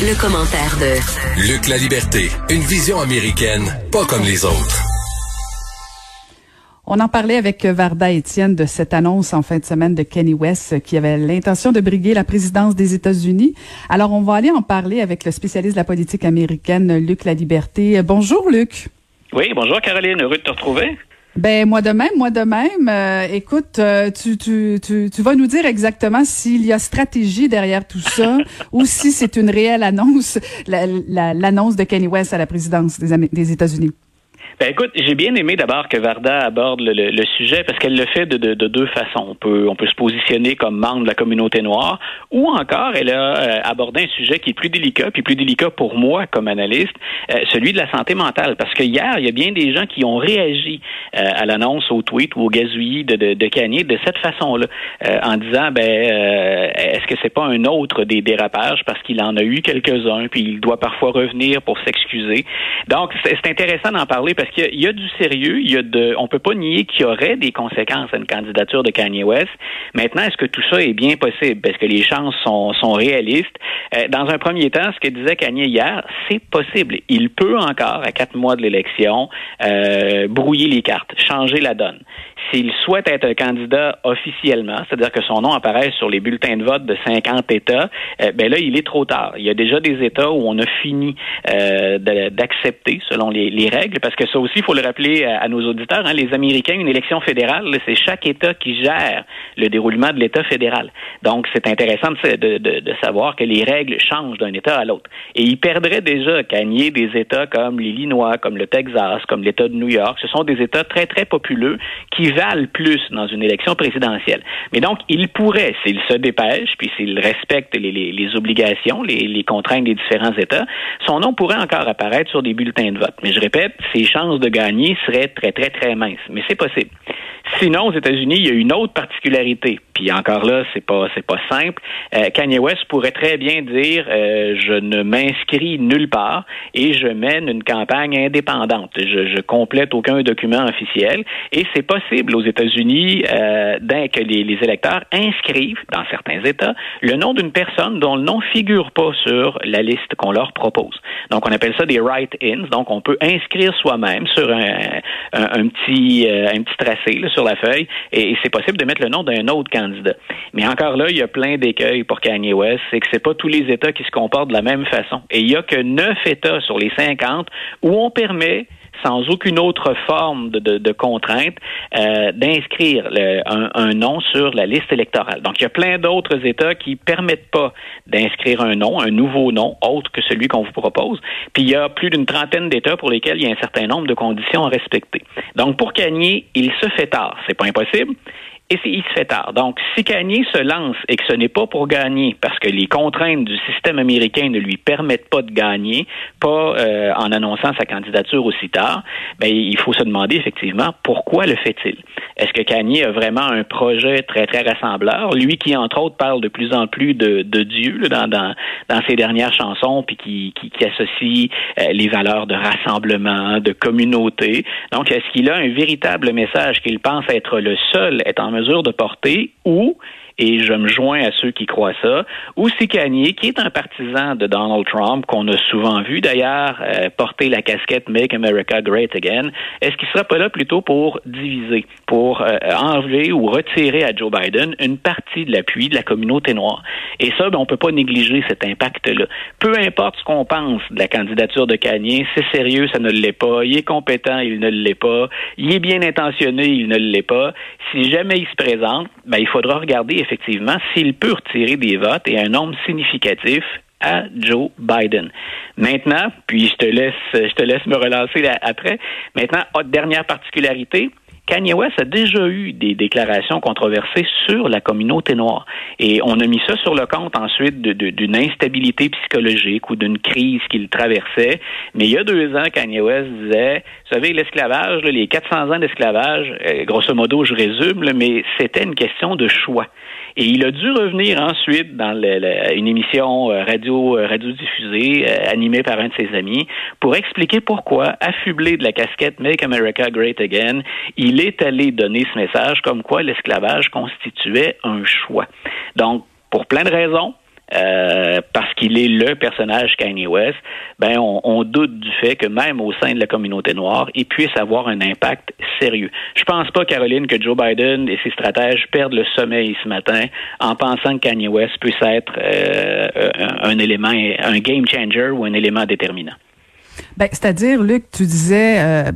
Le commentaire de Luc La Liberté, une vision américaine, pas comme les autres. On en parlait avec Varda Étienne de cette annonce en fin de semaine de Kanye West qui avait l'intention de briguer la présidence des États-Unis. Alors, on va aller en parler avec le spécialiste de la politique américaine, Luc La Liberté. Bonjour, Luc. Oui, bonjour Caroline, heureux de te retrouver. Ben moi de même. Écoute, tu vas nous dire exactement s'il y a stratégie derrière tout ça ou si c'est une réelle annonce, l'annonce de Kanye West à la présidence des États-Unis. Ben écoute, j'ai bien aimé d'abord que Varda aborde le sujet parce qu'elle le fait de deux façons. On peut se positionner comme membre de la communauté noire ou encore elle a abordé un sujet qui est plus délicat pour moi comme analyste, celui de la santé mentale. Parce que hier, il y a bien des gens qui ont réagi à l'annonce, au tweet ou au gazouillis de Kanye de cette façon-là, en disant est-ce que c'est pas un autre des dérapages parce qu'il en a eu quelques-uns puis il doit parfois revenir pour s'excuser. Donc c'est intéressant d'en parler parce qu'il y a du sérieux, on peut pas nier qu'il y aurait des conséquences à une candidature de Kanye West. Maintenant, est-ce que tout ça est bien possible? Est-ce que les chances sont réalistes? Dans un premier temps, ce que disait Kanye hier, c'est possible. Il peut encore, à 4 mois de l'élection, brouiller les cartes, changer la donne. S'il souhaite être un candidat officiellement, c'est-à-dire que son nom apparaît sur les bulletins de vote de 50 États, là, il est trop tard. Il y a déjà des États où on a fini d'accepter selon les règles, parce que ça aussi, il faut le rappeler à nos auditeurs, les Américains, une élection fédérale, c'est chaque État qui gère le déroulement de l'État fédéral. Donc, c'est intéressant de savoir que les règles changent d'un État à l'autre. Et il perdrait déjà Kanye des États comme l'Illinois, comme le Texas, comme l'État de New York. Ce sont des États très, très populeux qui valent plus dans une élection présidentielle. Mais donc, il pourrait, s'il se dépêche, puis s'il respecte les obligations, les contraintes des différents États, son nom pourrait encore apparaître sur des bulletins de vote. Mais je répète, ses chances de gagner seraient très, très, très minces. Mais c'est possible. Sinon, aux États-Unis, il y a une autre particularité. Puis encore là, c'est pas simple. Kanye West pourrait très bien dire je ne m'inscris nulle part et je mène une campagne indépendante. Je complète aucun document officiel. Et c'est possible aux États-Unis que les électeurs inscrivent dans certains États le nom d'une personne dont le nom figure pas sur la liste qu'on leur propose. Donc on appelle ça des write-ins. Donc on peut inscrire soi-même sur un petit tracé là, sur la feuille et c'est possible de mettre le nom d'un autre candidat. Mais encore là, il y a plein d'écueils pour Kanye West, c'est que c'est pas tous les États qui se comportent de la même façon. Et il y a que 9 États sur les 50 où on permet sans aucune autre forme de contrainte, d'inscrire un nom sur la liste électorale. Donc, il y a plein d'autres États qui permettent pas d'inscrire un nom, un nouveau nom, autre que celui qu'on vous propose. Puis, il y a plus d'une trentaine d'États pour lesquels il y a un certain nombre de conditions à respecter. Donc, pour Kanye, il se fait tard. C'est pas impossible. Et il se fait tard. Donc, si Kanye se lance et que ce n'est pas pour gagner, parce que les contraintes du système américain ne lui permettent pas de gagner, pas en annonçant sa candidature aussi tard, il faut se demander effectivement pourquoi le fait-il. Est-ce que Kanye a vraiment un projet très, très rassembleur? Lui qui, entre autres, parle de plus en plus de Dieu là, dans ses dernières chansons, puis qui associe les valeurs de rassemblement, de communauté. Donc, est-ce qu'il a un véritable message qu'il pense être le seul en mesure de porter ou, et je me joins à ceux qui croient ça, ou si Kanye, qui est un partisan de Donald Trump, qu'on a souvent vu d'ailleurs porter la casquette Make America Great Again, est-ce qu'il ne sera pas là plutôt pour diviser, pour enlever ou retirer à Joe Biden une partie de l'appui de la communauté noire? Et ça, on ne peut pas négliger cet impact-là. Peu importe ce qu'on pense de la candidature de Kanye, c'est sérieux, ça ne l'est pas. Il est compétent, il ne l'est pas. Il est bien intentionné, il ne l'est pas. Si jamais il se présente, il faudra regarder effectivement s'il peut retirer des votes et un nombre significatif à Joe Biden. Maintenant, puis je te laisse me relancer là après. Maintenant, dernière particularité, Kanye West a déjà eu des déclarations controversées sur la communauté noire. Et on a mis ça sur le compte ensuite d'une instabilité psychologique ou d'une crise qu'il traversait. Mais il y a 2 ans, Kanye West disait, vous savez, l'esclavage, les 400 ans d'esclavage, grosso modo, je résume, mais c'était une question de choix. Et il a dû revenir ensuite dans une émission radio-diffusée animée par un de ses amis pour expliquer pourquoi, affublé de la casquette Make America Great Again, il est allé donner ce message comme quoi l'esclavage constituait un choix. Donc, pour plein de raisons, parce qu'il est le personnage Kanye West, ben on doute du fait que même au sein de la communauté noire, il puisse avoir un impact sérieux. Je pense pas, Caroline, que Joe Biden et ses stratèges perdent le sommeil ce matin en pensant que Kanye West puisse être un élément, un game changer ou un élément déterminant. Ben, c'est-à-dire, Luc, tu disais,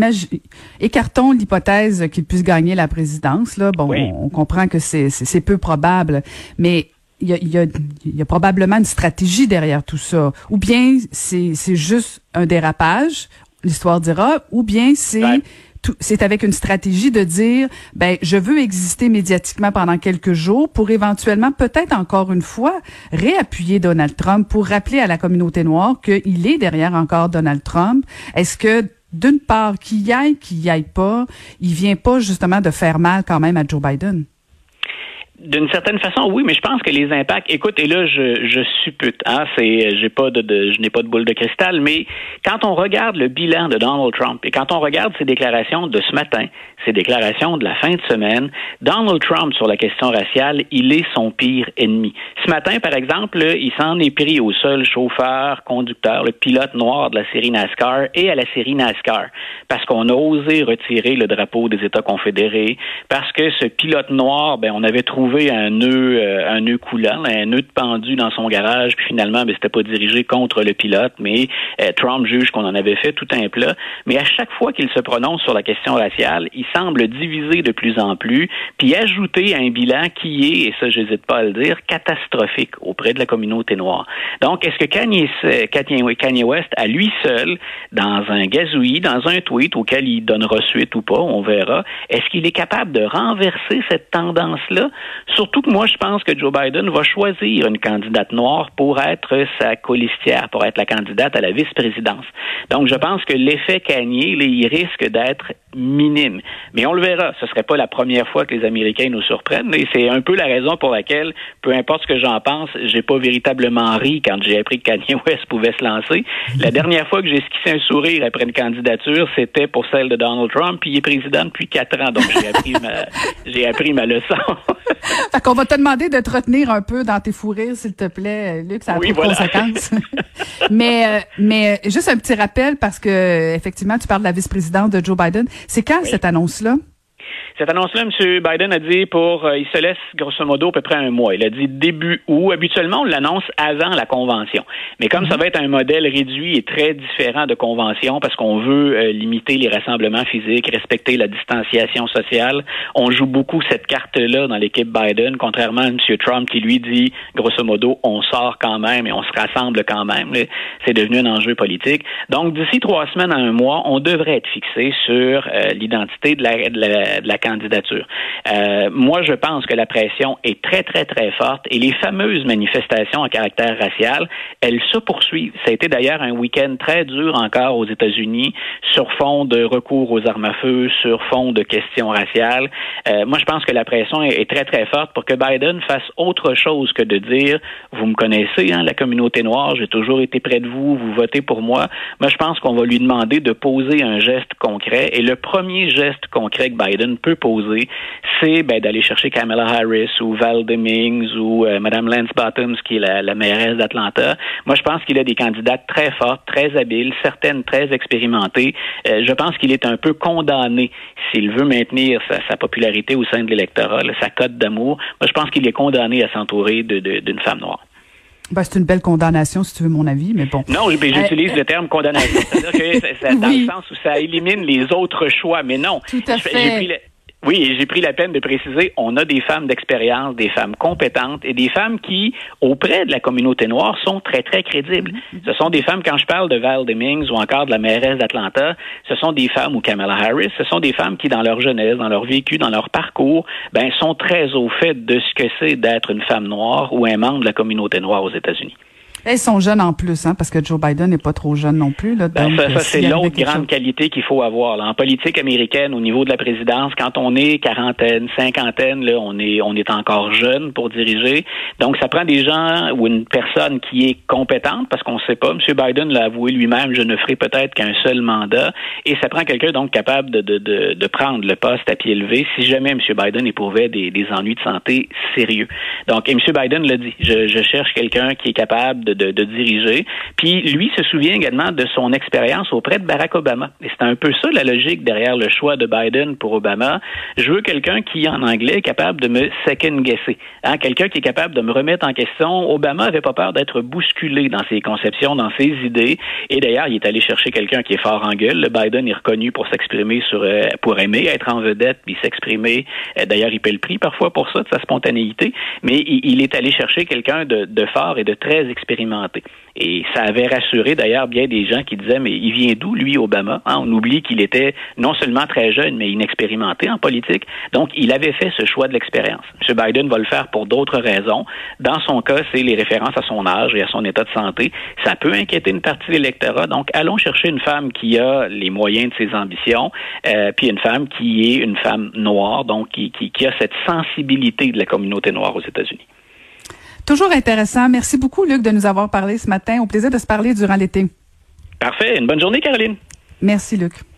écartons l'hypothèse qu'il puisse gagner la présidence, là. Bon, oui. On comprend que c'est peu probable, mais il y a probablement une stratégie derrière tout ça. Ou bien c'est juste un dérapage, l'histoire dira, ou bien c'est avec une stratégie de dire, ben, je veux exister médiatiquement pendant quelques jours pour éventuellement, peut-être encore une fois, réappuyer Donald Trump pour rappeler à la communauté noire qu'il est derrière encore Donald Trump. Est-ce que, d'une part, qu'il y aille pas, il vient pas justement de faire mal quand même à Joe Biden? D'une certaine façon, oui, mais je pense que les impacts, écoute, et là, je suppute, je n'ai pas de boule de cristal, mais quand on regarde le bilan de Donald Trump et quand on regarde ses déclarations de ce matin, ses déclarations de la fin de semaine, Donald Trump sur la question raciale, il est son pire ennemi. Ce matin, par exemple, il s'en est pris au seul chauffeur, conducteur, le pilote noir de la série NASCAR et à la série NASCAR, parce qu'on a osé retirer le drapeau des États confédérés, parce que ce pilote noir, ben, on avait trouvé un nœud coulant, un nœud de pendu dans son garage, puis finalement, ben, c'était pas dirigé contre le pilote, mais Trump juge qu'on en avait fait tout un plat. Mais à chaque fois qu'il se prononce sur la question raciale, il semble diviser de plus en plus, puis ajouter un bilan qui est, et ça j'hésite pas à le dire, catastrophique auprès de la communauté noire. Donc, est-ce que Kanye West, à lui seul, dans un gazouillis, dans un tweet auquel il donnera suite ou pas, on verra, est-ce qu'il est capable de renverser cette tendance-là? Surtout que moi, je pense que Joe Biden va choisir une candidate noire pour être sa colistière, pour être la candidate à la vice-présidence. Donc, je pense que l'effet Kanye, il risque d'être minime. Mais on le verra. Ce serait pas la première fois que les Américains nous surprennent. Et c'est un peu la raison pour laquelle, peu importe ce que j'en pense, j'ai pas véritablement ri quand j'ai appris que Kanye West pouvait se lancer. La dernière fois que j'ai esquissé un sourire après une candidature, c'était pour celle de Donald Trump, puis il est président depuis 4 ans. Donc, j'ai appris ma leçon. Fait qu'on va te demander de te retenir un peu dans tes fous rires, s'il te plaît, Luc, ça a trop de conséquences. mais juste un petit rappel, parce que effectivement, tu parles de la vice-présidente de Joe Biden. C'est quand cette annonce-là? Cette annonce-là, M. Biden a dit il se laisse grosso modo à peu près un mois. Il a dit début août. Habituellement, on l'annonce avant la convention. Mais comme ça va être un modèle réduit et très différent de convention parce qu'on veut limiter les rassemblements physiques, respecter la distanciation sociale, on joue beaucoup cette carte-là dans l'équipe Biden, contrairement à M. Trump qui lui dit grosso modo on sort quand même et on se rassemble quand même. C'est devenu un enjeu politique. Donc, d'ici 3 semaines à 1 mois, on devrait être fixé sur l'identité de la candidature. Moi, je pense que la pression est très, très, très forte et les fameuses manifestations à caractère racial, elles se poursuivent. Ça a été d'ailleurs un week-end très dur encore aux États-Unis sur fond de recours aux armes à feu, sur fond de questions raciales. Moi, je pense que la pression est très, très forte pour que Biden fasse autre chose que de dire « Vous me connaissez, la communauté noire, j'ai toujours été près de vous, vous votez pour moi. » Moi, je pense qu'on va lui demander de poser un geste concret et le premier geste concret que Biden peut poser, c'est d'aller chercher Kamala Harris ou Val Demings ou Mme Lance Bottoms, qui est la mairesse d'Atlanta. Moi, je pense qu'il a des candidates très fortes, très habiles, certaines très expérimentées. Je pense qu'il est un peu condamné s'il veut maintenir sa popularité au sein de l'électorat, sa cote d'amour. Moi, je pense qu'il est condamné à s'entourer d'une femme noire. Ben, c'est une belle condamnation, si tu veux mon avis, mais bon. Non, j'utilise le terme condamnation. C'est-à-dire que c'est dans le sens où ça élimine les autres choix, mais non. Tout à fait. J'ai pris la peine de préciser, on a des femmes d'expérience, des femmes compétentes et des femmes qui, auprès de la communauté noire, sont très, très crédibles. Ce sont des femmes, quand je parle de Val Demings ou encore de la mairesse d'Atlanta, ce sont des femmes, ou Kamala Harris, ce sont des femmes qui, dans leur jeunesse, dans leur vécu, dans leur parcours, sont très au fait de ce que c'est d'être une femme noire ou un membre de la communauté noire aux États-Unis. Ils sont jeunes en plus, parce que Joe Biden n'est pas trop jeune non plus. Là, donc, ça c'est l'autre grande qualité qu'il faut avoir. Là. En politique américaine, au niveau de la présidence, quand on est quarantaine, cinquantaine, là, on est encore jeune pour diriger. Donc, ça prend des gens ou une personne qui est compétente, parce qu'on ne sait pas. M. Biden l'a avoué lui-même, je ne ferai peut-être qu'un seul mandat. Et ça prend quelqu'un donc capable de prendre le poste à pied levé si jamais M. Biden éprouvait des ennuis de santé sérieux. Donc, et M. Biden l'a dit, je cherche quelqu'un qui est capable de diriger. Puis lui se souvient également de son expérience auprès de Barack Obama. Et c'est un peu ça la logique derrière le choix de Biden pour Obama. Je veux quelqu'un qui, en anglais, est capable de me second-guesser. Quelqu'un qui est capable de me remettre en question. Obama avait pas peur d'être bousculé dans ses conceptions, dans ses idées. Et d'ailleurs, il est allé chercher quelqu'un qui est fort en gueule. Le Biden est reconnu pour s'exprimer pour aimer être en vedette, puis s'exprimer. D'ailleurs, il paie le prix parfois pour ça, de sa spontanéité. Mais il est allé chercher quelqu'un de fort et de très expérimenté. Et ça avait rassuré d'ailleurs bien des gens qui disaient, mais il vient d'où, lui, Obama? On oublie qu'il était non seulement très jeune, mais inexpérimenté en politique. Donc, il avait fait ce choix de l'expérience. M. Biden va le faire pour d'autres raisons. Dans son cas, c'est les références à son âge et à son état de santé. Ça peut inquiéter une partie de l'électorat. Donc, allons chercher une femme qui a les moyens de ses ambitions, puis une femme qui est une femme noire, donc qui a cette sensibilité de la communauté noire aux États-Unis. Toujours intéressant. Merci beaucoup, Luc, de nous avoir parlé ce matin. Au plaisir de se parler durant l'été. Parfait. Une bonne journée, Caroline. Merci, Luc.